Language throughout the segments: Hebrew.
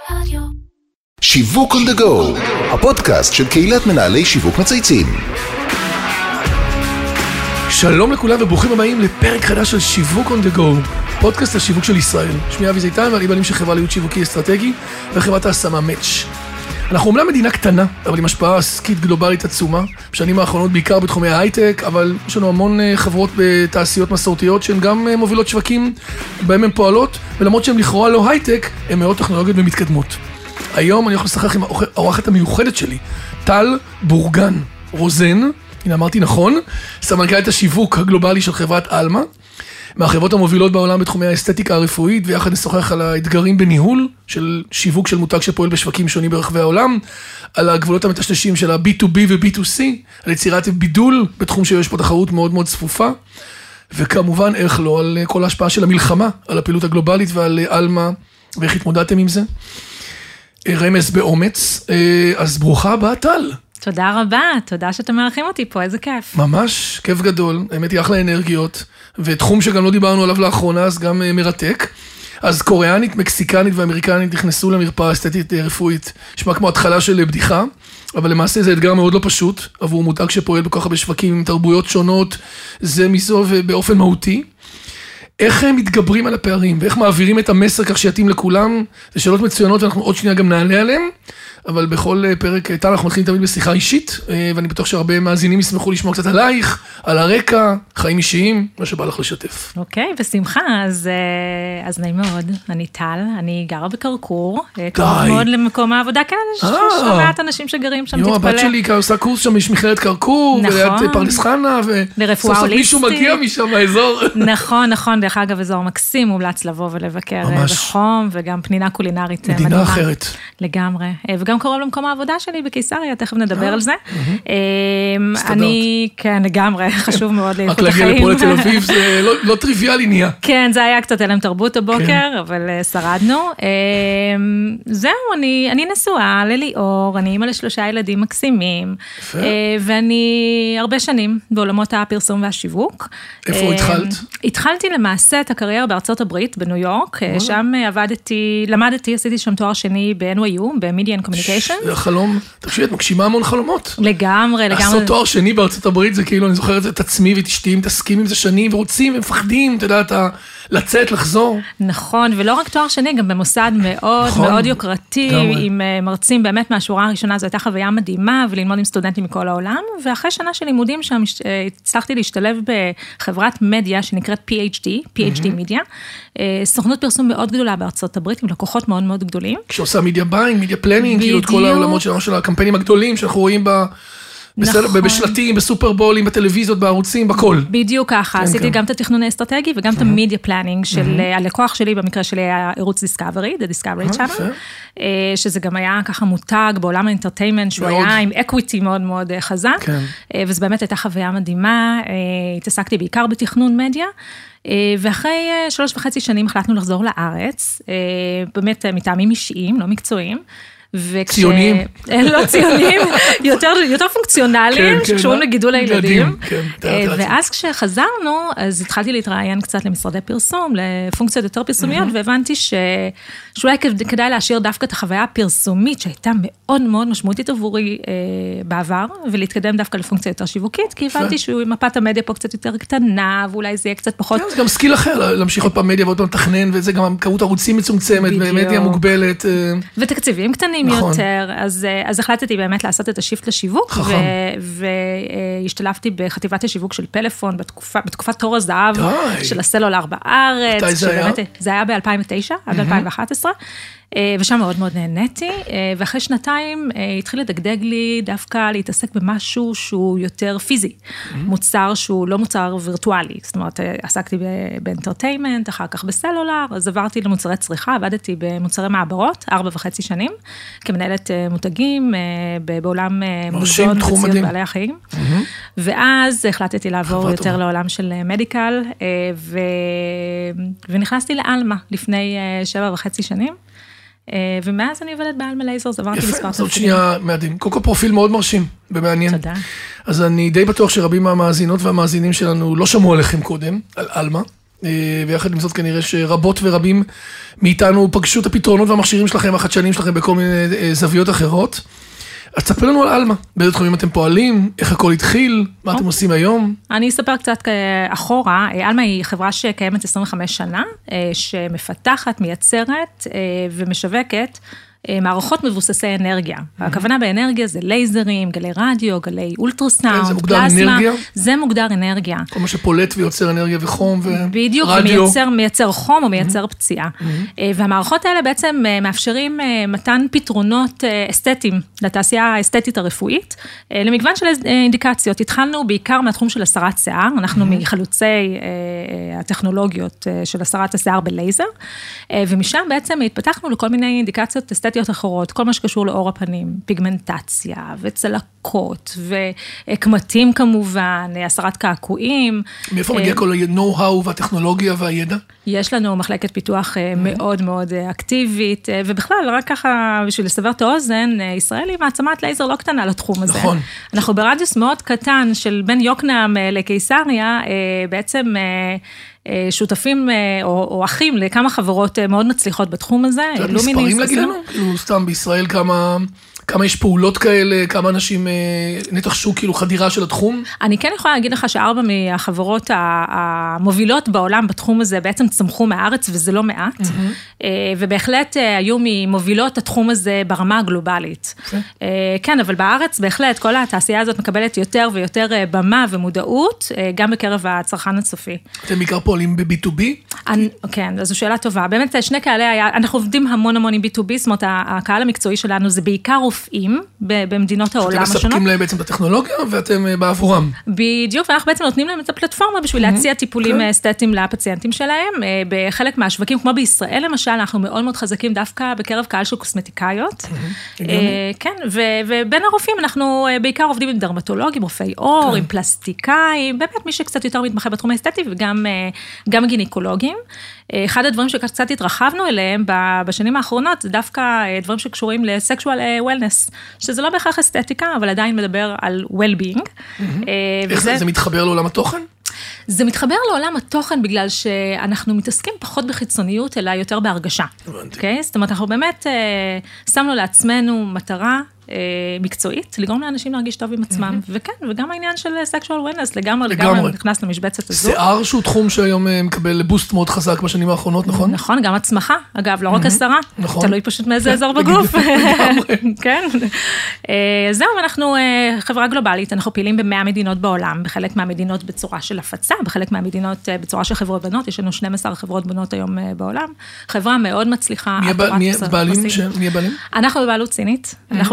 שיווק on the go, הפודקאסט של קהילת מנהלי שיווק מצייצים. שלום לכולם וברוכים הבאים לפרק חדש של שיווק on the go, פודקאסט השיווק של ישראל. שמי אבי זיתן ואני בעלים של חברה להיות שיווקי אסטרטגי וחברת ההשמה מאץ'. אנחנו אומנם מדינה קטנה, אבל עם השפעה עסקית גלובלית עצומה. בשנים האחרונות בעיקר בתחומי ההייטק, אבל יש לנו המון חברות בתעשיות מסורתיות שהן גם מובילות שווקים בהם הן פועלות, ולמרות שהן לכאורה לא הייטק, הן מאוד טכנולוגיות ומתקדמות. היום אני הולך לשחק עם האורחת המיוחדת שלי, טל בורגן רוזן, הנה אמרתי נכון, סמנכ"לית השיווק הגלובלי של חברת אלמה, מהחברות המובילות בעולם בתחומי האסתטיקה הרפואית, ויחד נשוחח על האתגרים בניהול של שיווק של מותג שפועל בשווקים שונים ברחבי העולם, על הגבולות המטשטשים של ה-B2B ו-B2C, על יצירת בידול בתחום שיש פה תחרות מאוד מאוד צפופה, וכמובן איך לא, על כל ההשפעה של המלחמה, על הפעילות הגלובלית ועל אלמה, ואיך התמודדתם עם זה. רמז באומץ, אז ברוכה הבאה טל. תודה רבה, תודה שאתם מארחים אותי פה, איזה כיף. ממש, כיף גדול, האמת היא אחלה אנרגיות, ותחום שגם לא דיברנו עליו לאחרונה, אז גם מרתק. אז קוריאנית, מקסיקנית ואמריקנית נכנסו למרפאה אסתטית רפואית, נשמע כמו התחלה של בדיחה, אבל למעשה זה אתגר מאוד לא פשוט, עבור מותג שפועל בכל כך הרבה שווקים עם תרבויות שונות, זה מזו ובאופן מהותי. איך הם מתגברים על הפערים, ואיך מעבירים את המסר כך שיתאים לכולם, זה שאלות מצוינות ואנחנו עוד שנייה גם נעלה עליהם, אבל בכל פרק טל אנחנו מתחילים תמיד בשיחה אישית, ואני בטוח שהרבה מאזינים ישמחו לשמוע קצת עלייך, על הרקע, חיים אישיים, מה שבא לך לשתף. אוקיי, בשמחה, אז נעים מאוד, אני טל, אני גרה בקרקור, קרוב מאוד למקום העבודה, כן, יש מעט אנשים שגרים שם, תתפלא. הבת שלי עושה קורס שם, יש מכללת קרקור, וליד פרדס חנה, לרפואה הוליסטית. מישהו מגיע משם האזור. נכון, דרך אגב, אזור מקסים, מומלץ לבוא ולבקר בחום, וגם פנינה קולינרית מדהימה. מדינה אחרת. לגמרי, וגם קרוב למקום העבודה שלי בקיסריה, תכף נדבר על זה. אני, כן, לגמרי, חשוב מאוד לאיכות החיים. רק להגיע לפה לתל אביב, זה לא טריוויאלי נהיה. כן, זה היה קצת אלם תרבות הבוקר, אבל שרדנו. זהו, אני נשואה לליאור, אני אימא ל3 ילדים מקסימים, ואני הרבה שנים בעולמות הפרסום והשיווק. איפה התחלת? התחלתי למעשה את הקריירה בארצות הברית, בניו יורק, שם למדתי, עשיתי שם תואר שני ב-NYU, ב-Media and Communication. זה החלום, תקשיבי, את מגשימה המון חלומות. לגמרי. לעשות תואר שני בארצות הברית, זה כאילו, אני זוכר את עצמי ואת אשתי, מתעסקים עם זה שנים, ורוצים, ומפחדים, אתה יודעת, לצאת, לחזור. נכון, ולא רק תואר שני, גם במוסד מאוד מאוד יוקרתי, עם מרצים באמת מהשורה הראשונה, זו הייתה חוויה מדהימה, וללמוד עם סטודנטים מכל העולם, ואחרי שנה של לימודים שם, הצלחתי להשתלב בחברת מדיה, שנקראת PhD מדיה, סוכנות פרסום מאוד גדולה בארצות הברית, עם לקוחות מאוד מאוד גדולים. שעושה מדיה ביינג, מדיה פלנינג, כאילו את כל העולמות של הקמפיינים הגדולים, שאנחנו רואים בשלטים, בסופרבולים, בטלוויזיות, בערוצים, בכל. בדיוק ככה, עשיתי גם את התכנון האסטרטגי, וגם את המדיה פלנינג של הלקוח שלי, במקרה שלי היה ערוץ דיסקאברי, The Discovery Channel, שזה גם היה ככה מותג בעולם האנטרטיימנט, שהוא היה עם אקוויטי מאוד מאוד חזק, וזה באמת הייתה חוויה מדהימה, התעסקתי בעיקר בתכנון מדיה, ואחרי 3.5 שנים החלטנו לחזור לארץ, באמת מטעמים אישיים, לא מקצועיים, ציונים? לא ציונים, יותר פונקציונליים, שקשורים לגידול הילדים. ואז כשחזרנו, אז התחלתי להתראיין קצת למשרדי פרסום, לפונקציות יותר פרסומיות, והבנתי שאולי כדאי להשאיר דווקא את החוויה הפרסומית, שהייתה מאוד מאוד משמעותית עבורי בעבר, ולהתקדם דווקא לפונקציה יותר שיווקית, כי הבנתי שמפת המדיה פה קצת יותר קטנה, ואולי זה יהיה קצת פחות... זה גם סקיל אחר, להמשיך עוד פעם מדיה ועוד פעם תכנן, וזה גם כמות ערוצים מצומצמת, ומדיה מוגבלת. ותקציבים קטנים יותר, אז החלטתי באמת לעשות את השיפט לשיווק, והשתלבתי בחטיבת השיווק של פלאפון, בתקופת תור הזהב של הסלולר בארץ. מתי זה היה? זה היה ב-2009, עד 2011, ושם מאוד מאוד נהניתי, ואחרי 2 התחיל לדגדג לי דווקא להתעסק במשהו שהוא יותר פיזי, מוצר שהוא לא מוצר וירטואלי, זאת אומרת, עסקתי באנטרטיימנט, אחר כך בסלולר, אז עברתי למוצרי צריכה, עבדתי במוצרי מעברות, 4.5 שנים, כמנהלת מותגים, בעולם מוזון וציוד בעלי החיים, ואז החלטתי לעבור יותר לעולם של מדיקל, ונכנסתי לאלמה לפני 7.5 שנים, ומאז אני עובדת באלמה לייזרס, עברתי מספר תפקידים. זאת שנייה מדהים. קודם כל פרופיל מאוד מרשים ומעניין. תודה. אז אני די בטוח שרבים מהמאזינות והמאזינים שלנו לא שמעו עליכם קודם, על אלמה. ויחד עם זאת כנראה שרבות ורבים מאיתנו פגשו את הפתרונות והמכשירים שלכם, החדשניים שלכם בכל מיני זוויות אחרות. אז תספר לנו על אלמה, באיזה תחומים אתם פועלים, איך הכל התחיל, מה אתם עושים היום? אני אספר קצת אחורה, אלמה היא חברה שקיימת 25 שנה, שמפתחת, מייצרת ומשווקת מערכות מבוססי אנרגיה. הכוונה באנרגיה זה לייזרים, גלי רדיו, גלי אולטרסאונד, זה מוגדר אנרגיה? זה מוגדר אנרגיה. כל מה שפולט ויוצר אנרגיה וחום ורדיו. בדיוק, מייצר חום או מייצר פציעה. והמערכות האלה בעצם מאפשרים מתן פתרונות אסתטיים, לתעשייה האסתטית הרפואית, למגוון של אינדיקציות. התחלנו בעיקר מהתחום של הסרת שיער, אנחנו מחלוצי הטכנולוגיות של הסרת השיער בלייזר, ומשם בעצם התפתחנו לכל מיני אינדיקציות אסתטיות אחרות, כל מה שקשור לאור הפנים, פיגמנטציה וצלקות וקמטים כמובן, הסרת קעקועים. מאיפה מגיע כל ה-know-how והטכנולוגיה והידע? יש לנו מחלקת פיתוח מאוד מאוד אקטיבית, ובכלל, רק ככה בשביל לסבר את האוזן, ישראל היא מעצמת לייזר לא קטנה לתחום הזה. נכון. אנחנו ברדיוס מאוד קטן של בין יוקנעם לקיסריה, בעצם שותפים או אחים לכמה חברות מאוד מצליחות בתחום הזה. את מספרים להגיד לנו? כאילו סתם בישראל כמה יש פעולות כאלה, כמה אנשים נתח שוק, כאילו חדירה של התחום? אני כן יכולה להגיד לך ש4 מהחברות המובילות בעולם בתחום הזה בעצם צמחו מהארץ, וזה לא מעט, ובהחלט היו ממובילות התחום הזה ברמה הגלובלית. כן, אבל בארץ בהחלט כל התעשייה הזאת מקבלת יותר ויותר במה ומודעות, גם בקרב הצרכן הצופי. אתם בעיקר פועלים ב-B2B? כן, אז זו שאלה טובה. באמת שני קהלי, אנחנו עובדים המון עם B2B, זאת אומרת, הקהל המקצועי שלנו זה בעיקר רופאים במדינות העולם השונות. שאתם מספקים להם בעצם את הטכנולוגיה, ואתם בעבורם. בדיוק, ואנחנו בעצם נותנים להם את הפלטפורמה, בשביל להציע טיפולים אסתטיים לפציינטים שלהם. בחלק מהשווקים, כמו בישראל למשל, אנחנו מאוד מאוד חזקים דווקא בקרב קהל של קוסמטיקאיות. כן, ובין הרופאים אנחנו בעיקר עובדים עם דרמטולוגים, רופאי עור, עם פלסטיקאים, באמת מי שקצת יותר מתמחה בתחום האסתטי, וגם גינקולוגים. אחד הדברים שקצת התרחבנו אליהם בשנים האחרונות, זה דווקא דברים שקשורים לסקשואל וולנס, שזה לא בהכרח אסתטיקה, אבל עדיין מדבר על well-being. איך זה מתחבר לעולם התוכן? זה מתחבר לעולם התוכן בגלל שאנחנו מתעסקים פחות בחיצוניות, אלא יותר בהרגשה. אוקיי? זאת אומרת, אנחנו באמת שמנו לעצמנו מטרה מקצועית, לגרום לאנשים להרגיש טוב עם עצמם, וכן, וגם העניין של סקשואל וולנס, לגמרי נכנס למשבצת הזו. שיער שהוא תחום שהיום מקבל בוסט מאוד חזק בשנים האחרונות, נכון? נכון, גם הצמחה, אגב, לא רק הסרה, תלוי פשוט מאיזה אזור בגוף. כן. זהו, אנחנו חברה גלובלית, אנחנו פעילים ב100 מדינות בעולם, בחלק מהמדינות בצורה של הפצה, בחלק מהמדינות בצורה של חברות בנות, יש לנו 12 חברות בנות היום בעולם, חברה מאוד מצליחה. מי הבעלים? אנחנו בבעלות סינית, אנחנו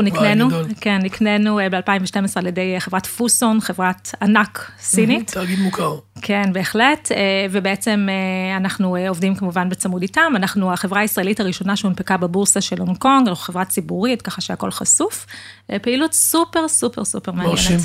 נקנינו ב-2012 על ידי חברת פוסון, חברת ענק סינית. תאגיד מוכר. כן, בהחלט, ובעצם אנחנו עובדים כמובן בצמוד איתם, אנחנו החברה הישראלית הראשונה שהונפקה בבורסה של הונג קונג, אנחנו חברה ציבורית, ככה שהכל חשוף, פעילות סופר מעניינת.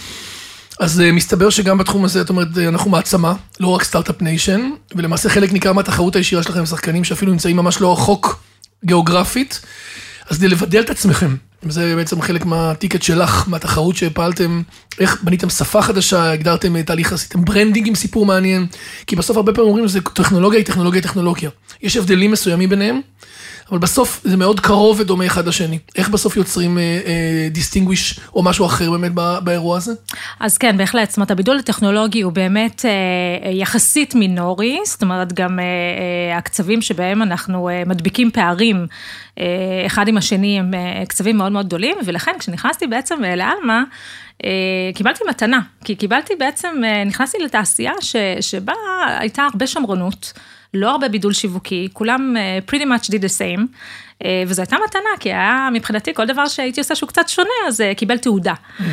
אז מסתבר שגם בתחום הזה, זאת אומרת, אנחנו מעצמה, לא רק סטארט-אפ ניישן, ולמעשה חלק ניכר מהתחרות הישירה שלכם עם שחקנים שאפילו נמצאים ממש לא רחוק גיאוגרפית, אז כדי לבדל את עצמכם, זה בעצם חלק מהטיקט שלך, מהתחרות שפעלתם, איך בניתם שפה חדשה, הגדרתם תהליך, עשיתם ברנדינג עם סיפור מעניין, כי בסוף הרבה פעמים אומרים שזה טכנולוגיה היא טכנולוגיה. יש הבדלים מסוימים ביניהם, אבל בסוף זה מאוד קרוב ודומה אחד לשני. איך בסוף יוצרים דיסטינגוויש או משהו אחר באמת באירוע הזה? אז כן, בהחלט, זאת אומרת, הבידול הטכנולוגי הוא באמת יחסית מינורי, זאת אומרת, גם הקצבים שבהם אנחנו מדביקים פערים, אחד עם השני הם קצבים מאוד מאוד גדולים, ולכן כשנכנסתי בעצם לאלמה, קיבלתי מתנה, כי נכנסתי לתעשייה שבה הייתה הרבה שמרנות, לא הרבה בידול שיווקי, כולם pretty much did the same, וזו הייתה מתנה, כי היה מבחינתי כל דבר שהייתי עושה שהוא קצת שונה, אז קיבל תעודה.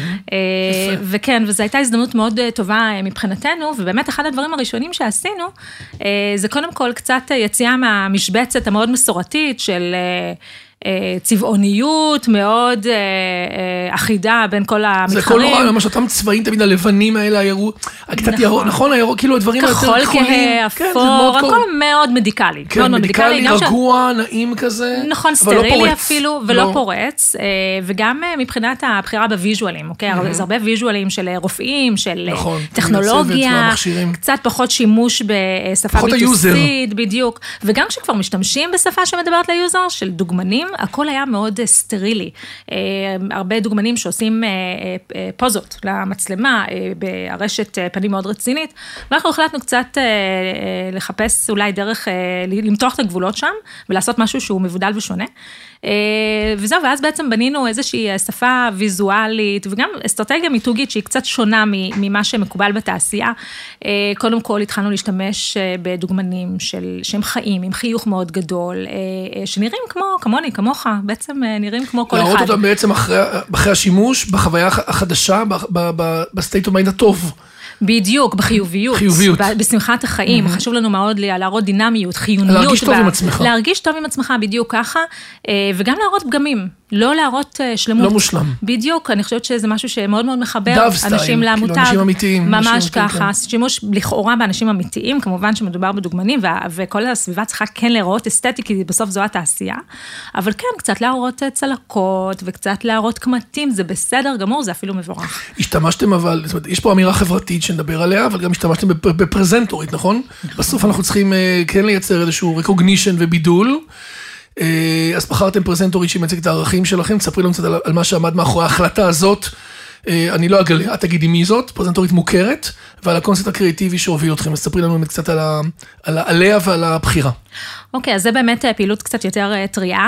וכן, וזו הייתה הזדמנות מאוד טובה מבחינתנו, ובאמת אחד הדברים הראשונים שעשינו, זה קודם כל קצת יציאה מהמשבצת המאוד מסורתית של צבעוניות מאוד אחידה בין כל המתחרים. זה כל נורא, ממש אותם צבעים תמיד הלבנים האלה, קצת ירוק, נכון, הירוק, כאילו הדברים היותר כחולים. כחול כהה, אפור, הכל מאוד מדיקלי. כן, מדיקלי, רגוע, נעים כזה. נכון, סטרילי אפילו, ולא פורץ, וגם מבחינת הבחירה בוויז'ואלים, אוקיי? אז הרבה ויז'ואלים של רופאים, של טכנולוגיה, קצת פחות שימוש בשפה ביטוסית, בדיוק. וגם כשכבר משתמשים בשפה שמדברת ליוזר, של דוגמנים, הכל היה מאוד סטרילי. הרבה דוגמנים שעושים פוזות למצלמה, ברשת פנים מאוד רצינית, ואנחנו החלטנו קצת לחפש אולי דרך למתוח את הגבולות שם, ולעשות משהו שהוא מבודל ושונה. וזהו, ואז בעצם בנינו איזושהי שפה ויזואלית, וגם אסטרטגיה מיתוגית שהיא קצת שונה ממה שמקובל בתעשייה. קודם כל התחלנו להשתמש בדוגמנים שהם חיים, עם חיוך מאוד גדול, שנראים כמוני, כמוך, בעצם נראים כמו כל אחד. להראות אותם בעצם אחרי השימוש, בחוויה החדשה, בסטייט אוף מיינד הטוב. בדיוק, בחיוביות, בשמחת החיים, חשוב לנו מאוד להראות דינמיות, חיוניות. להרגיש טוב עם עצמך. להרגיש טוב עם עצמך, בדיוק ככה, וגם להראות פגמים, לא להראות שלמות. לא מושלם. בדיוק, אני חושבת שזה משהו שמאוד מאוד מחבר אנשים לעמותג. אנשים אמיתיים. ממש ככה, שימוש לכאורה באנשים אמיתיים, כמובן שמדובר בדוגמנים, וכל הסביבה צריכה כן להראות אסתטי, כי בסוף זו התעשייה, אבל כן, קצת להראות צלקות, וקצת להראות קמטים, זה בסדר גמור, זה אפילו מבורך. השתמשתם אבל, זאת אומרת, יש פה אמירה חברתית שנדבר עליה, אבל גם השתמשתם בפרזנטורית, נכון? בסוף אנחנו צריכים כן לייצר איזשהו recognition ובידול, אז בחרתם פרזנטורית שמייצגת את הערכים שלכם, תספרי לנו קצת על מה שעמד מאחורי ההחלטה הזאת, אני לא אגלה, את תגידי מי זאת, פרזנטורית מוכרת, ועל הקונספט הקריאטיבי שהוביל אתכם, אז תספרי לנו קצת עליה ועל הבחירה. אוקיי, אז זה באמת פעילות קצת יותר טריה,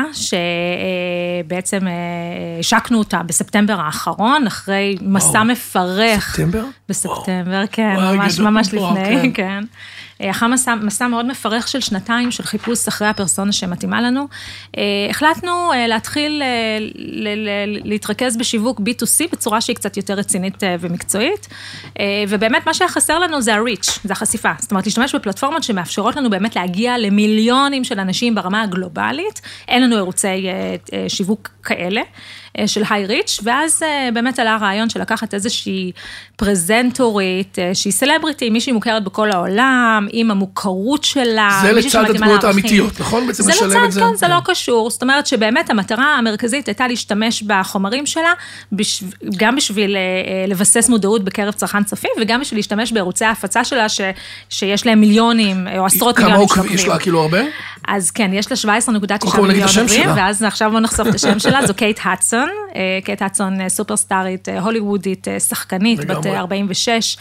שבעצם השקנו אותה בספטמבר האחרון, אחרי מסע מפרך. בספטמבר? בספטמבר, כן, ממש לפני, כן. אחרי מסע מאוד מפרך של שנתיים, של חיפוש אחרי הפרסונה שמתאימה לנו, החלטנו להתחיל להתרכז בשיווק B2C, בצורה שהיא קצת יותר רצינית ומקצועית, ובאמת מה שחסר לנו זה ה-reach, זה החשיפה. זאת אומרת, להשתמש בפלטפורמות שמאפשרות לנו באמת להגיע למיליונים של אנשים ברמה הגלובלית, אין לנו ערוצי שיווק כאלה, של היי ריץ', ואז באמת עלה הרעיון של לקחת איזושהי פרזנטורית, שהיא סלבריטי, מישהי מוכרת בכל העולם, עם המוכרות שלה. זה לצד הדמויות האמיתיות, נכון? בעצם משלם את זה. כן, זה לא קשור. זאת אומרת שבאמת המטרה המרכזית הייתה להשתמש בחומרים שלה, גם בשביל לבסס מודעות בקרב צרכן צופים, וגם בשביל להשתמש בערוצי ההפצה שלה, שיש להם מיליונים או עשרות מיליונים כמה יש לה כאילו הרבה? אז כן, יש לה 17.9 מיליון עוברים, ואז עכשיו בוא נחשוף את השם שלה, זו קייט האדסון, קייט האדסון סופרסטארית, הוליוודית, שחקנית, בת 46,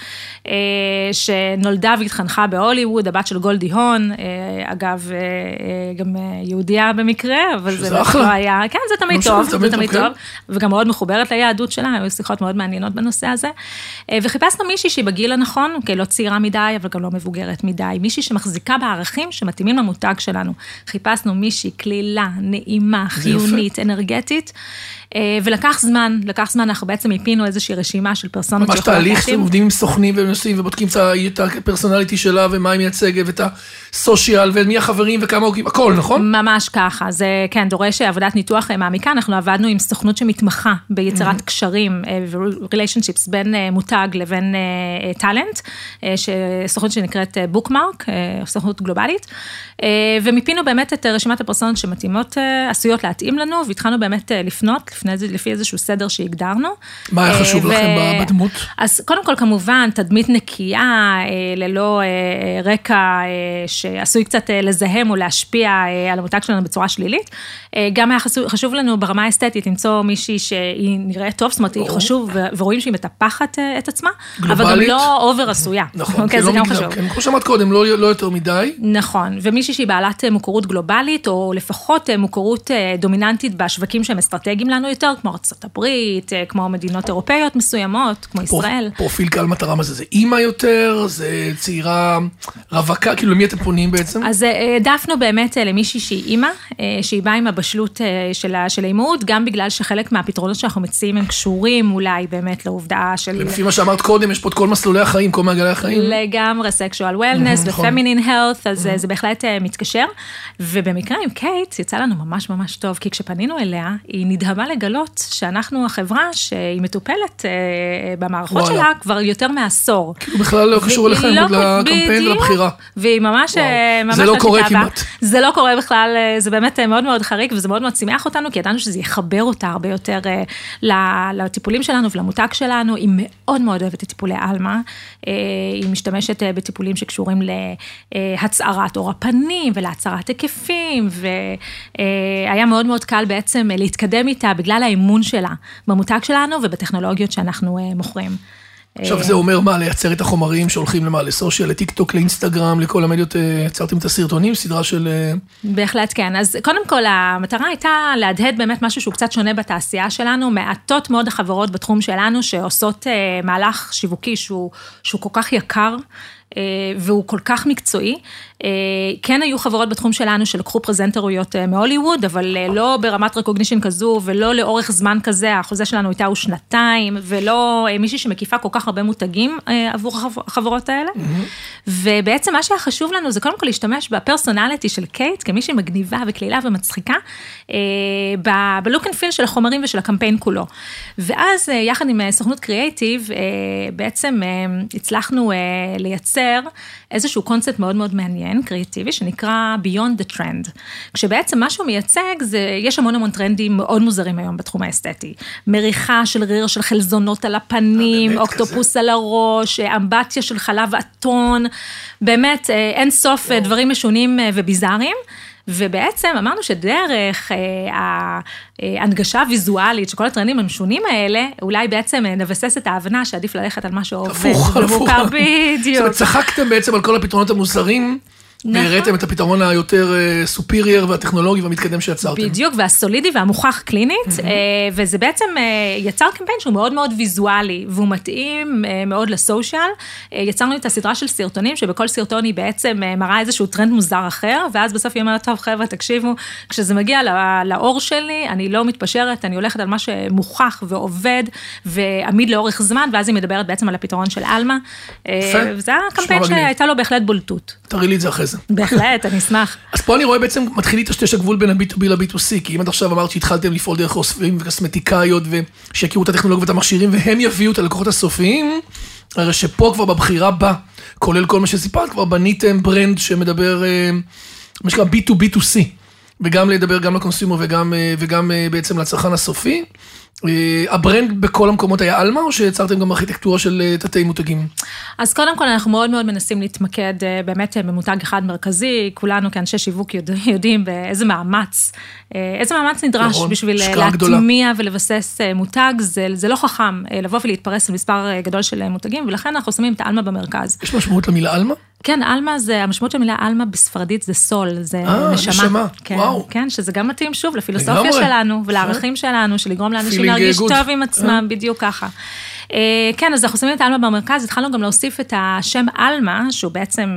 שנולדה והתחנכה בהוליווד, הבת של גולדי הון, אגב, גם יהודיה במקרה, אבל זה לא היה, כן, זה תמיד טוב, זה תמיד טוב, וגם מאוד מחוברת ליהדות שלה, היו שיחות מאוד מעניינות בנושא הזה, וחיפשנו מישהי שהיא בגיל הנכון, לא צעירה מדי, אבל גם לא מבוגרת מדי, מישהי שמחזיקה בערכים שמתאימים למותג שלנו. חיפשנו מישהי כלילה, נעימה, חיונית, אנרגטית, ולקח זמן, אנחנו בעצם הפינו איזושהי רשימה של פרסונות. ממש תהליך, שאתם עובדים עם סוכנים ונוסעים ובודקים את הפרסונליטי שלה ומה היא מייצגת ואת הסושיאל ומי החברים וכמה עוקבים, הכל, נכון? ממש ככה, זה כן, דורש עבודת ניתוח מעמיקה, אנחנו עבדנו עם סוכנות שמתמחה ביצירת קשרים ו-relationships בין מותג לבין טלנט, סוכנות שנקראת בוקמרק, סוכנות גלובלית, ומפינו באמת את רשימת הפרסונות שמתאימות, עשויות להתאים לנו, והתחלנו באמת לפנות, לפי איזשהו סדר שהגדרנו. מה היה חשוב לכם בדמות? אז קודם כל, כמובן, תדמית נקייה, ללא רקע שעשוי קצת לזהם או להשפיע על המותג שלנו בצורה שלילית. גם היה חשוב לנו ברמה האסתטית למצוא מישהי שהיא נראית טוב, זאת אומרת, היא חשוב, ורואים שהיא מטפחת את עצמה, אבל גם לא אובר עשויה. נכון, זה גם חשוב. כמו שאמרת קודם, לא יותר מדי. נכון, ומישהי שהיא בעלת מוכרות גלובלית, או לפחות מוכרות דומיננטית בשווקים שהם אסטרטגיים לנו יותר, כמו ארצות הברית, כמו מדינות אירופאיות מסוימות, כמו ישראל. פרופיל קהל מטרה, מה זה? זה אימא יותר, זה צעירה רווקה, כאילו למי אתם פונים בעצם? אז העדפנו באמת למישהי שהיא אימא, שהיא באה עם הבשלות של האימהות, גם בגלל שחלק מהפתרונות שאנחנו מציעים הם קשורים אולי באמת לעובדה של... לפי מה שאמרת קודם, יש פה את כל מסלולי החיים, כל מעגלי החיים. לגמרי, sexual wellness ו-feminine health, אז זה בהחלט מתקשר. ובמקרה עם קייט יצא לנו ממש ממש טוב, כי כשפנינו אליה, היא נדהמה לגלות שאנחנו החברה שהיא מטופלת במערכות שלה כבר יותר מעשור. כאילו בכלל לא קשור אליכם, לקמפיין ולבחירה. והיא ממש זה לא קורה כמעט. זה לא קורה בכלל, זה באמת מאוד מאוד חריק, וזה מאוד מאוד שימח אותנו, כי ידענו שזה יחבר אותה הרבה יותר לטיפולים שלנו ולמותג שלנו. היא מאוד מאוד אוהבת את טיפולי אלמה, היא משתמשת בטיפולים שקשורים להצערת אור הפנים ולהצערת היקפים, והיה מאוד מאוד קל בעצם להתקדם איתה בגלל האמון שלה במותג שלנו ובטכנולוגיות שאנחנו מוכרים. עכשיו זה אומר מה, לייצר את החומרים שהולכים למה, לסושיאל, לטיק-טוק, לאינסטגרם, לכל המדיות, יצרתם את הסרטונים, סדרה של... בהחלט כן, אז קודם כל המטרה הייתה להדהד באמת משהו שהוא קצת שונה בתעשייה שלנו, מעטות מאוד החברות בתחום שלנו שעושות מהלך שיווקי שהוא כל כך יקר, והוא כל כך מקצועי. כן היו חברות בתחום שלנו שלקחו פרזנטרויות מהוליווד, אבל לא ברמת רקוגנישן כזו, ולא לאורך זמן כזה, החוזה שלנו הייתה הוא 2, ולא מישהי שמקיפה כל כך הרבה מותגים עבור החברות האלה. ובעצם מה שהיה חשוב לנו, זה קודם כל להשתמש בפרסונליטי של קייט, כמישהי מגניבה וכלילה ומצחיקה, בלוק אנד פיל של החומרים ושל הקמפיין כולו. ואז, יחד עם סוכנות קריאייטיב, בעצם הצלחנו לייצר איזשהו קונספט מאוד מאוד מעניין, קריאטיבי, שנקרא Beyond the Trend. כשבעצם מה שהוא מייצג, יש המון טרנדים מאוד מוזרים היום בתחום האסתטי. מריחה של ריר של חלזונות על הפנים, אוקטופוס על הראש, אמבטיה של חלב אתון, באמת אין סוף דברים משונים וביזאריים. ובעצם אמרנו שדרך ההנגשה הוויזואלית, שכל הטרנדים המשונים האלה, אולי בעצם נבסס את ההבנה שעדיף ללכת על מה שעובד. הפוך. בדיוק. זאת אומרת, צחקתם בעצם על כל הפתרונות המוסריים, והראיתם את הפתרון היותר סופירייר והטכנולוגי והמתקדם שיצרתם. בדיוק, והסולידי והמוכח קלינית, וזה בעצם יצר קמפיין שהוא מאוד מאוד ויזואלי, והוא מתאים מאוד לסושיאל. יצרנו את הסדרה של סרטונים, שבכל סרטון היא בעצם מראה איזשהו טרנד מוזר אחר, ואז בסוף היא אומרת, טוב חבר'ה, תקשיבו, כשזה מגיע לאור שלי, אני לא מתפשרת, אני הולכת על מה שמוכח ועובד, ועמיד לאורך זמן, ואז היא מדברת בעצם על הפתרון של אלמה. וזה הקמפיין שהייתה לו בהחלט בולטות. תראי לי את זה אחרי זה. בהחלט, אני אשמח. אז פה אני רואה בעצם, מתחיל להתשתש הגבול בין ה-B2B ל-B2C, כי אם עד עכשיו אמרת שהתחלתם לפעול דרך רופאים וקוסמטיקאיות, ושיכירו את הטכנולוגיה ואת המכשירים, והם יביאו את הלקוחות הסופיים, הרי שפה כבר בבחירה בה, כולל כל מה שסיפרת, כבר בניתם ברנד שמדבר, מה שקרה B2B2C, וגם לדבר גם לקונסיומר וגם בעצם לצרכן הסופי. הברנד בכל המקומות היה אלמה, או שיצרתם גם ארכיטקטורה של תתי מותגים? אז קודם כל אנחנו מאוד מאוד מנסים להתמקד באמת במותג אחד מרכזי, כולנו כאנשי שיווק יודעים באיזה מאמץ, נדרש בשביל להטמיע ולבסס מותג, זה לא חכם לבוא ולהתפרס על מספר גדול של מותגים, ולכן אנחנו שמים את האלמה במרכז. יש משמעות למילה אלמה? כן, אלמה זה, המשמעות של המילה אלמה בספרדית זה סול, זה נשמה. כן, וואו. כן, שזה גם מתאים שוב לפילוסופיה שלנו ולערכים שלנו, של לגרום לאנשים להרגיש טוב עם עצמם, בדיוק ככה. כן, אז אנחנו שמים את אלמה במרכז, התחלנו גם להוסיף את השם אלמה, שהוא בעצם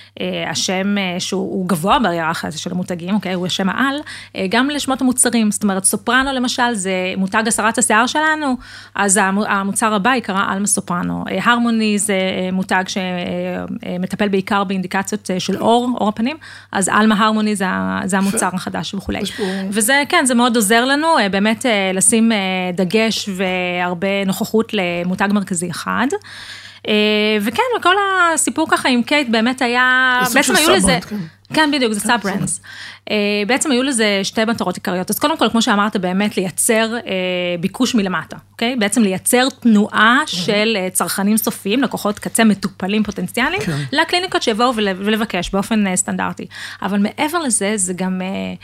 השם שהוא גבוה בהיררכיה של המותגים, אוקיי, הוא השם העל, גם לשמות המוצרים, זאת אומרת, סופרנו למשל, זה מותג הסרת השיער שלנו, אז המוצר הבא יקרא אלמה סופרנו. הרמוני זה מותג שמטפל בעיקר באינדיקציות של אור הפנים, אז אלמה הרמוני זה המוצר החדש וכו'. וזה, כן, זה מאוד עוזר לנו, באמת לשים דגש והרבה נוכחות למותג מרכזי אחד. וכן, וכל הסיפור ככה עם קייט באמת היה, בעצם היו לזה, כן בדיוק, זה סאב-ברנדס. בעצם היו לזה שתי מטרות עיקריות. אז קודם כל, כמו שאמרת, באמת לייצר ביקוש מלמטה, אוקיי? בעצם לייצר תנועה של צרכנים סופיים, לקוחות קצה מטופלים פוטנציאליים, לקליניקות שיבואו ולבקש באופן סטנדרטי. אבל מעבר לזה, זה גם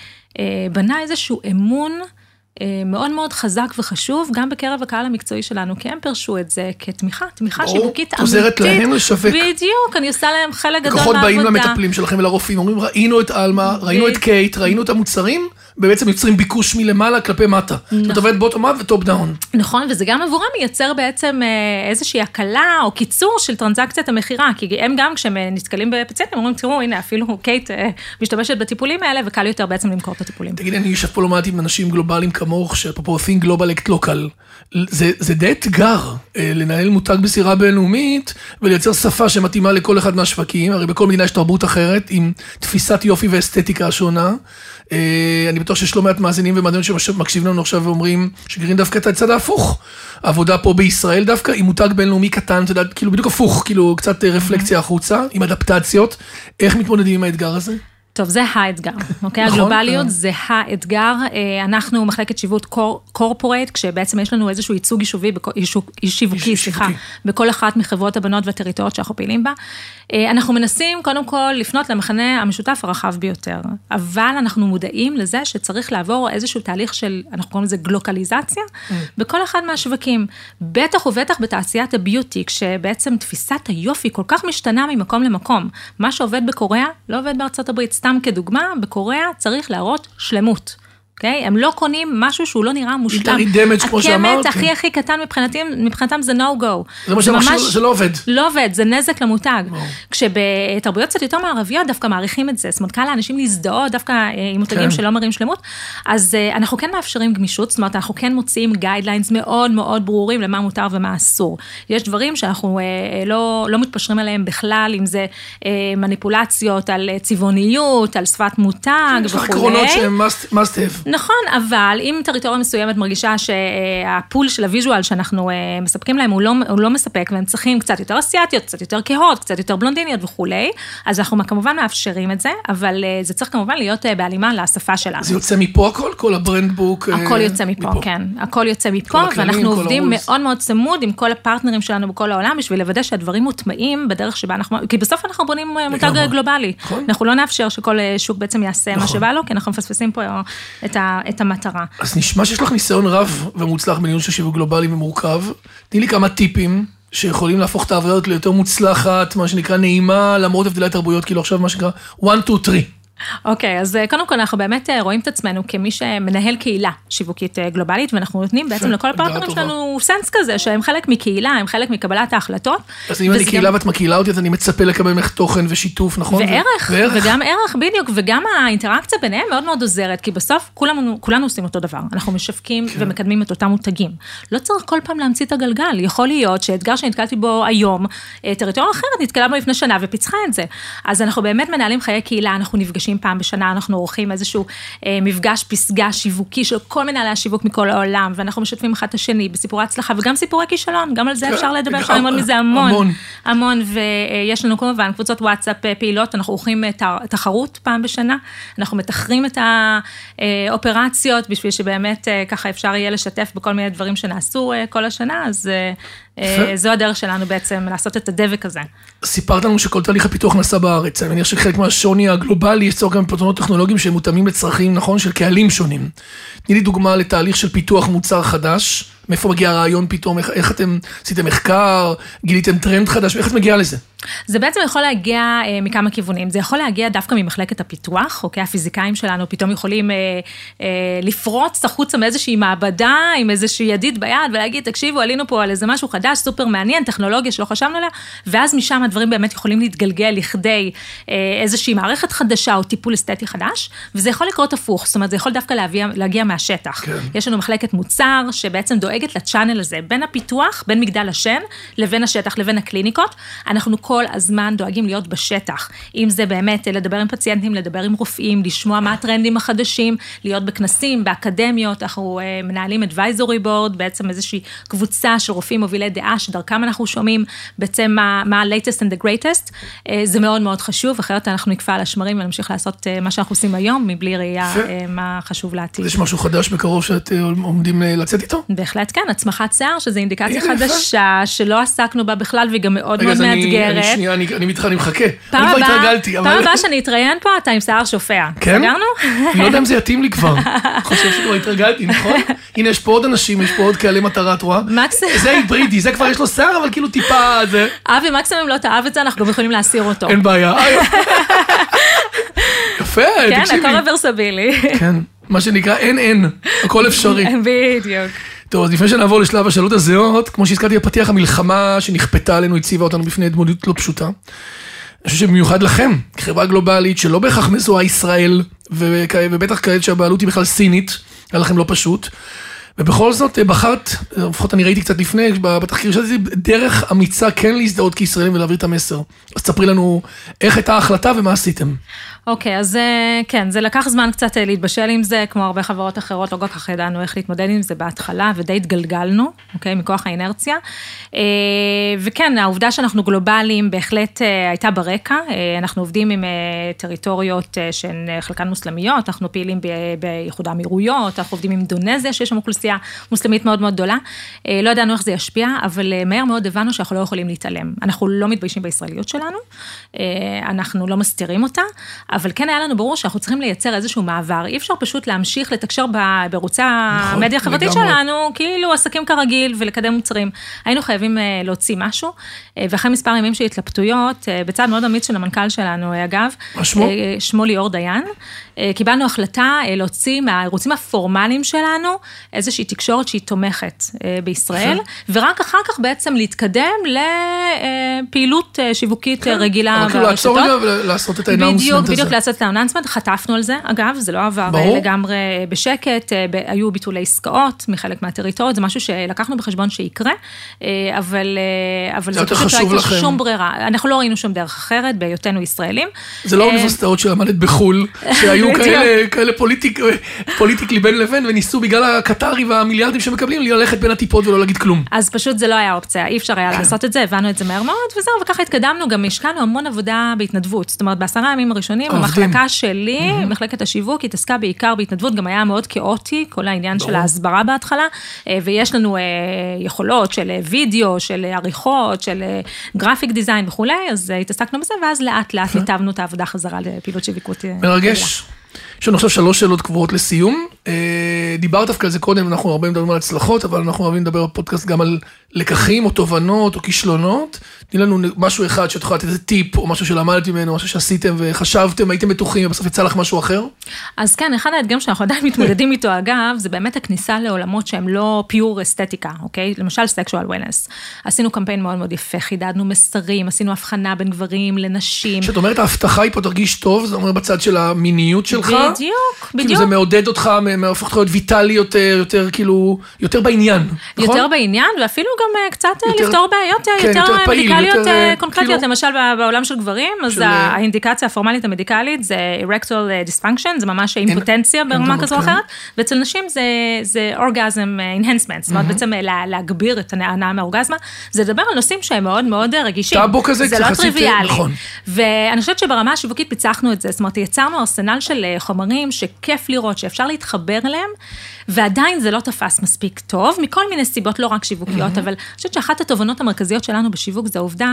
בנה איזשהו אמון, מאוד מאוד חזק וחשוב, גם בקרב הקהל המקצועי שלנו, כי הם פרשו את זה כתמיכה, תמיכה שיווקית אמיתית. עוזרת להם לשווק. בדיוק, אני עושה להם חלק גדול מהעבודה. לקוחות באים למטפלים שלכם ולרופאים, אומרים, ראינו את אלמה, ראינו את קייט, ראינו את המוצרים, בעצם יוצרים ביקוש מלמעלה כלפי מטה. זאת אומרת, עובד בוטום אפ וטופ דאון. נכון, וזה גם עבורם מייצר בעצם איזושהי הקלה או קיצור של טרנזקציית המחירה, כי הם גם כשהם נתקלים בפציינטים, אומרים, תראו, הנה, אפילו קייט משתמשת בטיפולים האלה, וקל יותר בעצם למכור את הטיפולים. תגיד, אני יושב פה לא מעט עם אנשים גלובליים כמוך, שאפרופו think global act local. זה די אתגר לנהל מותג בסירה בינלאומית, ולייצר שפה שמתאימה לכל אחד מהשווקים, הרי בכל מדינה יש תרבות אחרת, עם תפיסת יופי ואסתטיקה השונה. אני בטוח שיש לא מעט מאזינים ומאזינים שמקשיבים לנו עכשיו ואומרים, שגרים דווקא את הצד ההפוך. העבודה פה בישראל דווקא, עם מותג בינלאומי קטן, אתה יודע, כאילו בדיוק הפוך, כאילו קצת רפלקציה החוצה, עם אדפטציות. איך מתמודדים עם האתגר הזה? טוב, זה האתגר, אוקיי? הגלובליות זה האתגר. אנחנו מחלקת שיווק קורפורייט, כשבעצם יש לנו איזשהו ייצוג שיווקי, בכל אחת מחברות הבנות והטריטוריות שאנחנו פעילים בה. אנחנו מנסים קודם כל לפנות למחנה המשותף הרחב ביותר, אבל אנחנו מודעים לזה שצריך לעבור איזשהו תהליך של, אנחנו קוראים לזה גלוקליזציה, בכל אחד מהשווקים, בטח ובטח בתעשיית הביוטי, כשבעצם תפיסת היופי כל כך משתנה ממקום למקום. מה שעובד בקוריאה לא עובד בארצות הברית. סתם כדוגמה, בקוריאה צריך להראות שלמות. אוקיי? הם לא קונים משהו שהוא לא נראה מושלם. הקמת הכי קטן מבחינתם זה no-go. זה ממש, זה לא עובד. לא עובד, זה נזק למותג. כשבתרבויות קצת יותר מערביות דווקא מעריכים את זה, זאת אומרת, קל לאנשים להזדהות דווקא עם מותגים שלא מראים שלמות, אז אנחנו כן מאפשרים גמישות, זאת אומרת, אנחנו כן מוציאים גיידליינס מאוד מאוד ברורים למה מותר ומה אסור. יש דברים שאנחנו לא מתפשרים עליהם בכלל, אם זה מניפולציות על צבעוניות, על שפת מותג וכו'. נכון, אבל אם טריטוריה מסוימת מרגישה שהפול של הוויז'ואל שאנחנו מספקים להם הוא לא מספק, והם צריכים קצת יותר אסיאטיות, קצת יותר כהות, קצת יותר בלונדיניות וכו', אז אנחנו כמובן מאפשרים את זה, אבל זה צריך כמובן להיות בהלימה לשפה שלנו. זה יוצא מפה הכל? כל הברנדבוק? הכל יוצא מפה, כן. הכל יוצא מפה, ואנחנו עובדים מאוד מאוד צמוד עם כל הפרטנרים שלנו בכל העולם, בשביל לוודא שהדברים מוטמעים בדרך שבה אנחנו, כי בסוף אנחנו בונים מותג גלובלי. אנחנו לא נאפשר שכל שוק בעצם יעשה מה שבא לו, כי אנחנו מפספסים פה את המטרה. אז נשמע שיש לך ניסיון רב ומוצלח בניהול של שיווק גלובלי ומורכב. תני לי כמה טיפים שיכולים להפוך את העבודה ליותר מוצלחת, מה שנקרא נעימה, למרות הבדלי תרבויות, כאילו עכשיו מה שנקרא 1, 2, 3. אוקיי, אז קודם כל אנחנו באמת רואים את עצמנו כמי שמנהל קהילה שיווקית גלובלית, ואנחנו נותנים בעצם לכל הפרטנרים שלנו סנס כזה, שהם חלק מקהילה, הם חלק מקבלת ההחלטות. אז אם אני קהילה ואת מקהילה אותי, אז אני מצפה לקבל ממך תוכן ושיתוף, נכון? וערך, וגם ערך בדיוק, וגם האינטראקציה ביניהם מאוד מאוד עוזרת, כי בסוף כולנו עושים אותו דבר, אנחנו משווקים ומקדמים את אותם מותגים. לא צריך כל פעם להמציא את הגלגל, יכול להיות שאתגר שנתקלתי בו היום, טריטוריה אחרת נתקלה בו לפני שנה ופיצחה את זה. אז אנחנו באמת מנהלים חיי קהילה, אנחנו נפגשים פעם בשנה, אנחנו עורכים איזשהו מפגש פסגה שיווקי של כל מנהלי השיווק מכל העולם, ואנחנו משתפים אחד את השני בסיפורי הצלחה, וגם סיפורי כישלון, גם על זה אפשר לדבר, אפשר ללמוד מזה המון, ויש לנו כמובן קבוצות וואטסאפ פעילות, אנחנו עורכים תחרות פעם בשנה, אנחנו מתחרים את האופרציות, בשביל שבאמת ככה אפשר יהיה לשתף בכל מיני דברים שנעשו כל השנה, אז זו הדרך שלנו בעצם לעשות את הדבק הזה. סיפרת לנו שכל תהליך הפיתוח נעשה בארץ, אני מניח שחלק מהשוני הגלובלי, יש צורך גם פתרונות טכנולוגיים שהם מותאמים לצרכים, נכון, של קהלים שונים. תני לי דוגמה לתהליך של פיתוח מוצר חדש, מאיפה מגיע הרעיון פתאום, איך אתם עשיתם מחקר, גיליתם טרנד חדש, איך את מגיעה לזה? זה בעצם יכול להגיע מכמה כיוונים, זה יכול להגיע דווקא ממחלקת הפיתוח, אוקיי, הפיזיקאים שלנו פתאום יכולים לפרוץ החוצה מאיזושהי מעבדה, עם איזושהי ידית ביד, ולהגיד, תקשיבו, עלינו פה על איזה משהו חדש, סופר מעניין, טכנולוגיה שלא חשבנו עליה, ואז משם הדברים באמת יכולים להתגלגל לכדי איזושהי מערכת חדשה, או טיפול אסתטי חדש, וזה יכול לקרות הפוך, זאת אומרת, זה יכול דווקא להגיע מהשטח. כן. יש לנו מחלקת מוצר, שבעצם דואגת לצ'אנל הזה, בין הפיתוח, בין מגדל השן, לבין השטח, לבין הקליניקות. אנחנו כל הזמן דואגים להיות בשטח. אם זה באמת לדבר עם פציינטים, לדבר עם רופאים, לשמוע מה הטרנדים החדשים, להיות בכנסים, באקדמיות, אנחנו מנהלים advisory board, בעצם איזושהי קבוצה של רופאים מובילי דעה, שדרכם אנחנו שומעים בעצם מה ה-latest and the greatest. זה מאוד מאוד חשוב, אחרת אנחנו נקפא על השמרים ונמשיך לעשות מה שאנחנו עושים היום, מבלי ראייה מה חשוב לעתיד. יש משהו חדש בקרוב שאת עומדים לצאת איתו? בהחלט כן, הצמחת שיער, שזו אינדיקציה חדשה, שלא עסקנו בה בכלל, והיא גם מאוד מאוד מאתגרת. אני מחכה. פעם הבאה שאני אתראיין פה, אתה עם שיער שופע. כן? סגרנו? אני לא יודע אם זה יתאים לי כבר. חושב שכבר התרגלתי, נכון? הנה, יש פה עוד אנשים, יש פה עוד קהלי מטרה, את רואה? זה היברידי, זה כבר יש לו שיער, אבל כאילו טיפה זה. אבי, מקסימום לא תאהב את זה, אנחנו גם יכולים להסיר אותו. אין בעיה. יפה, תקשיבי. כן, הכל רוורסבילי. כן. מה שנקרא אין, הכל אפשרי. בדיוק. טוב, אז לפני שנעבור לשלב השאלות הזהות, כמו שהזכרתי בפתיח, המלחמה שנכפתה עלינו הציבה אותנו בפני התמודדות לא פשוטה. אני חושב שבמיוחד לכם, חברה גלובלית שלא בהכרח מזוהה ישראל, ובטח כעת שהבעלות היא בכלל סינית, היה לכם לא פשוט. ובכל זאת בחרת, לפחות אני ראיתי קצת לפני, בתחקיר שעשיתי, דרך אמיצה כן להזדהות כישראלים ולהעביר את המסר. אז תספרי לנו איך הייתה ההחלטה ומה עשיתם. אוקיי, אז כן, זה לקח זמן קצת להתבשל עם זה, כמו הרבה חברות אחרות, לא כל כך ידענו איך להתמודד עם זה בהתחלה, ודי התגלגלנו, אוקיי, מכוח האינרציה. וכן, העובדה שאנחנו גלובליים בהחלט הייתה ברקע, אנחנו עובדים עם טריטוריות שהן חלקן מוסלמיות, אנחנו פעילים ביחוד האמירויות, אנחנו עובדים עם אינדונזיה, שיש שם אוכלוסייה מוסלמית מאוד מאוד גדולה. לא ידענו איך זה ישפיע, אבל מהר מאוד הבנו שאנחנו לא יכולים להתעלם. אנחנו לא מתביישים בישראליות שלנו, אנחנו לא מסתירים אותה, אבל כן היה לנו ברור שאנחנו צריכים לייצר איזשהו מעבר. אי אפשר פשוט להמשיך לתקשר בערוצי המדיה החברתית שלנו, כאילו עסקים כרגיל ולקדם מוצרים. היינו חייבים להוציא משהו, ואחרי מספר ימים של התלבטויות, בצד מאוד אמיץ של המנכ"ל שלנו, אגב, שמו ליאור דיין, קיבלנו החלטה להוציא מהערוצים הפורמליים שלנו איזושהי תקשורת שהיא תומכת בישראל, ורק אחר כך בעצם להתקדם לפעילות שיווקית רגילה. כאילו לעצור רגע ולעשות את האנאונסמנט הזה. בדיוק לעשות את האנאונסמנט, חטפנו על זה, אגב, זה לא עבר לגמרי בשקט, היו ביטולי עסקאות מחלק מהטריטוריות, זה משהו שלקחנו בחשבון שיקרה, אבל זה פשוט לא הייתה שום ברירה. אנחנו לא ראינו שום דרך אחרת בהיותנו ישראלים. זה לא אוניברסיטאות שלמדת בחול, שהיו כאלה פוליטיקלי בין לבין, וניסו בגלל הקטרי והמיליארדים שמקבלים, ללכת בין הטיפות ולא להגיד כלום. אז פשוט זה לא היה אופציה, אי אפשר היה לעשות את זה, הבנו את זה מהר מאוד, וזהו, וככה התקדמנו, גם השקענו המון עבודה בהתנדבות, זאת אומרת, ב10 הימים הראשונים, המחלקה שלי, מחלקת השיווק, התעסקה בעיקר בהתנדבות, גם היה מאוד כאוטי, כל העניין של ההסברה בהתחלה, ויש לנו יכולות של וידאו, של עריכות, של גרפיק דיזיין וכו', אז התעסקנו בזה, ואז לאט לאט ניתבנו את העבודה חזרה לפעילות שיווקות. מרגש. יש לנו עכשיו 3 שאלות קבועות לסיום. דיברת דווקא על זה קודם, אנחנו הרבה מדברים על הצלחות, אבל אנחנו אוהבים לדבר בפודקאסט גם על לקחים או תובנות או כישלונות. תני לנו משהו אחד שאת יכולה לתת איזה טיפ או משהו שלמדתם ממנו, משהו שעשיתם וחשבתם, הייתם בטוחים ובסוף יצא לך משהו אחר? אז כן, אחד האתגרים שאנחנו עדיין מתמודדים איתו אגב, זה באמת הכניסה לעולמות שהם לא פיור אסתטיקה, אוקיי? למשל sexual wellness. עשינו קמפיין מאוד מאוד יפה, חידדנו מסרים, עשינו הבחנה בין גברים לנשים. שאת אומרת, ההבטחה היא פה תרגיש טוב, זה אומר בצד של המיניות שלך. בדיוק. כאילו זה מעודד אותך, הופך להיות ויטלי יותר, כאילו, יותר בעניין, נכון? יותר בעניין, ואפילו גם קצת לפתור בעיות יותר מדיקליות קונקרטיות, למשל בעולם של גברים, אז האינדיקציה הפורמלית המדיקלית זה erectile dysfunction, זה ממש אימפוטנציה ברמה כזו או אחרת, ואצל נשים זה orgasm enhancement, זאת אומרת בעצם להגביר את ההנאה מהאורגזמה, זה לדבר על נושאים שהם מאוד מאוד רגישים. טאבו כזה, זה לא טריוויאלי. ואני חושבת שברמה השיווקית פיצחנו את זה, זאת אומרת, יצרנו ארסנל של חומרים שכיף לראות, שאפשר להתחבר אליהם, ועדיין זה לא תפס מספיק טוב, מכל מיני סיבות לא רק שיווקיות, אבל אני חושבת שאחת התובנות המרכזיות שלנו בשיווק, זה העובדה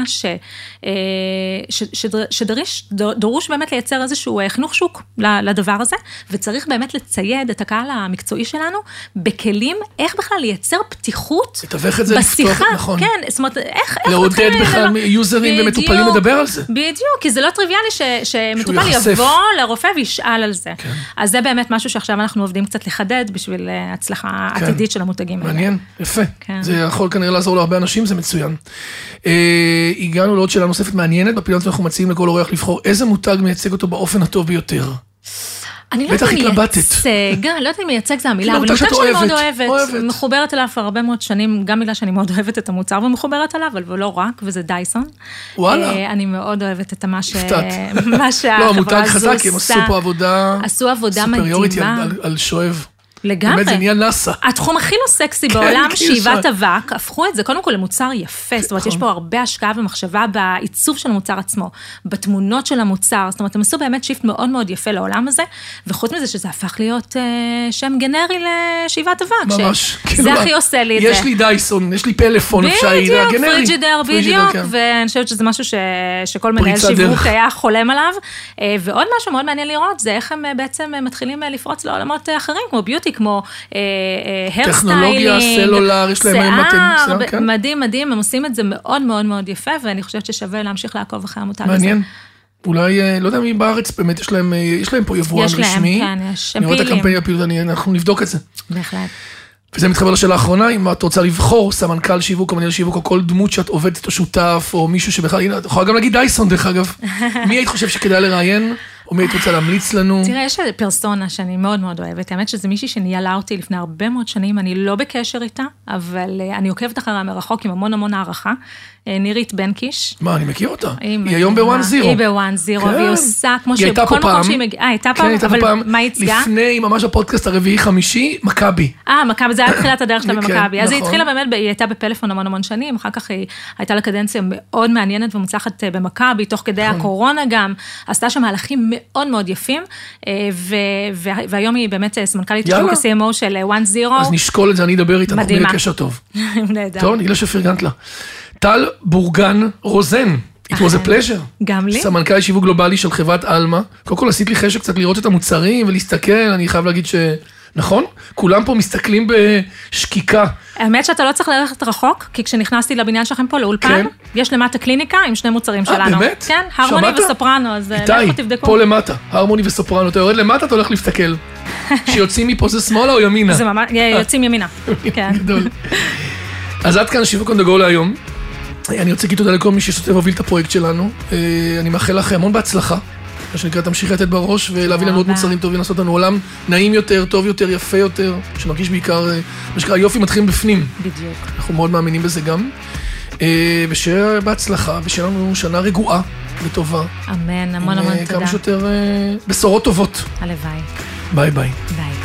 שדרוש באמת לייצר איזשהו חינוך שוק לדבר הזה, וצריך באמת לצייד את הקהל המקצועי שלנו, בכלים איך בכלל לייצר פתיחות בשיחה. כן, זאת אומרת, איך לעודד בכלל יוזרים ומטופלים לדבר על זה. בדיוק, כי זה לא טריוויאלי שמטופל יבוא לרופא וישאל על זה. אז זה באמת משהו שעכשיו אנחנו עובדים קצת לחדד בשביל הצלחה עתידית של המותגים. מעניין, יפה. זה יכול כנראה לעזור להרבה אנשים, זה מצוין. הגענו לעוד שאלה נוספת מעניינת, בפינות אנחנו מציעים לכל אורח לבחור איזה מותג מייצג אותו באופן הטוב ביותר. אני לא יודעת אם מייצג, לא יודעת אם מייצג זה המילה, אבל מותג שאני מאוד אוהבת, מחוברת אליו הרבה מאוד שנים, גם בגלל שאני מאוד אוהבת את המוצר ומחוברת אליו, אבל לא רק, וזה דייסון. וואלה. אני מאוד אוהבת את מה שהחברה הזו עושה. הם עשו פה עבודה סופריורית על שואב. לגמרי. באמת זה נהיה נאסה. התחום הכי לא סקסי בעולם, שאיבת אבק, הפכו את זה קודם כל למוצר יפה, זאת אומרת, יש פה הרבה השקעה ומחשבה בעיצוב של המוצר עצמו, בתמונות של המוצר, זאת אומרת, הם עשו באמת שיפט מאוד מאוד יפה לעולם הזה, וחוץ מזה שזה הפך להיות שם גנרי לשאיבת אבק. ממש. זה הכי עושה לי את זה. יש לי דייסון, יש לי פלאפון, בדיוק, פריג'ידר, בדיוק, ואני חושבת שזה משהו שכל מנהל שיווק היה חולם עליו, ועוד משהו מאוד מעניין לראות, זה איך הם בעצם מתחילים לפרוץ לעולמות אחרים, כמו ביוטי, כמו טכנולוגיה, סלולר, יש להם מדהים, מדהים, הם עושים את זה מאוד מאוד מאוד יפה, ואני חושבת ששווה להמשיך לעקוב אחרי המותג הזה. מעניין. אולי, לא יודע מי בארץ, באמת יש להם פה יבואן רשמי. יש להם, כן, יש. אני רואה את הקמפיין הפעילות, אנחנו נבדוק את זה. בהחלט. וזה מתחבר לשאלה האחרונה, אם את רוצה לבחור סמנכ"ל שיווק או מנהל שיווק, או כל דמות שאת עובדת או שותף, או מישהו שבכלל, הנה, את יכולה גם להגיד דייסון דרך אגב. מי היית חושב שכדאי לראיין, או מי היית רוצה להמליץ לנו? תראה, יש פרסונה שאני מאוד מאוד אוהבת, האמת שזה מישהי שניהלה אותי לפני הרבה מאוד שנים, אני לא בקשר איתה, אבל אני עוקבת אחריה מרחוק עם המון המון הערכה, נירית בנקיש. מה, אני מכיר אותה. היא היום בוואן זירו. היא בוואן זירו, והיא עושה, כמו היא הייתה פה פעם. הייתה פעם, אבל מה ייצגה? לפני, ממש הפודקאסט הרביעי-חמישי, מכבי. מכבי, זה היה תחילת הדרך שלה במכבי. אז היא התחילה באמת, היא הייתה בפלאפון המון המון שנים, אחר כך היא הייתה לה קדנציה מאוד מעניינת ומוצלחת במכבי, תוך כדי הקורונה גם, עשתה שם מהלכים מאוד מאוד יפים, והיום היא באמת סמנכ"לית שיווק ה-CMO של וואן זירו. אז נשקול את זה, אני אדבר איתה, אנחנו נהיה קשר טוב. טוב, נגיד לה שפרגנת לה. טל בורגן רוזן, it was a pleasure. גם לי. סמנכ"ל שיווק גלובלי של חברת אלמה. קודם כל עשית לי חשק קצת לראות את המוצרים ולהסתכל, אני חייב להגיד נכון? כולם פה מסתכלים בשקיקה. האמת שאתה לא צריך ללכת רחוק, כי כשנכנסתי לבניין שלכם פה לאולפן, יש למטה קליניקה עם שני מוצרים שלנו. באמת? כן, הרמוני וסופרנו, אז לכו תבדקו. איתי, פה למטה, הרמוני וסופרנו, אתה יורד למטה, אתה הולך להסתכל. שיוצאים מפה זה שמאלה או ימינה? זה ממש, יוצאים ימינה. כן. גדול. אז עד כאן שיווק on the go להיום. אני רוצה להגיד תודה לכל מי ששותף והוביל את הפרויקט שלנו. אני מאחל לך המון בהצלחה. מה שנקרא, תמשיך לתת בראש ולהביא לנו עוד מוצרים טובים, לעשות לנו עולם נעים יותר, טוב יותר, יפה יותר, שנרגיש בעיקר, מה שנקרא, יופי מתחילים בפנים. בדיוק. אנחנו מאוד מאמינים בזה גם. ושיהיה בהצלחה, ושיהיה לנו שנה רגועה וטובה. אמן, המון המון תודה. כמה שיותר בשורות טובות. הלוואי. ביי ביי. ביי.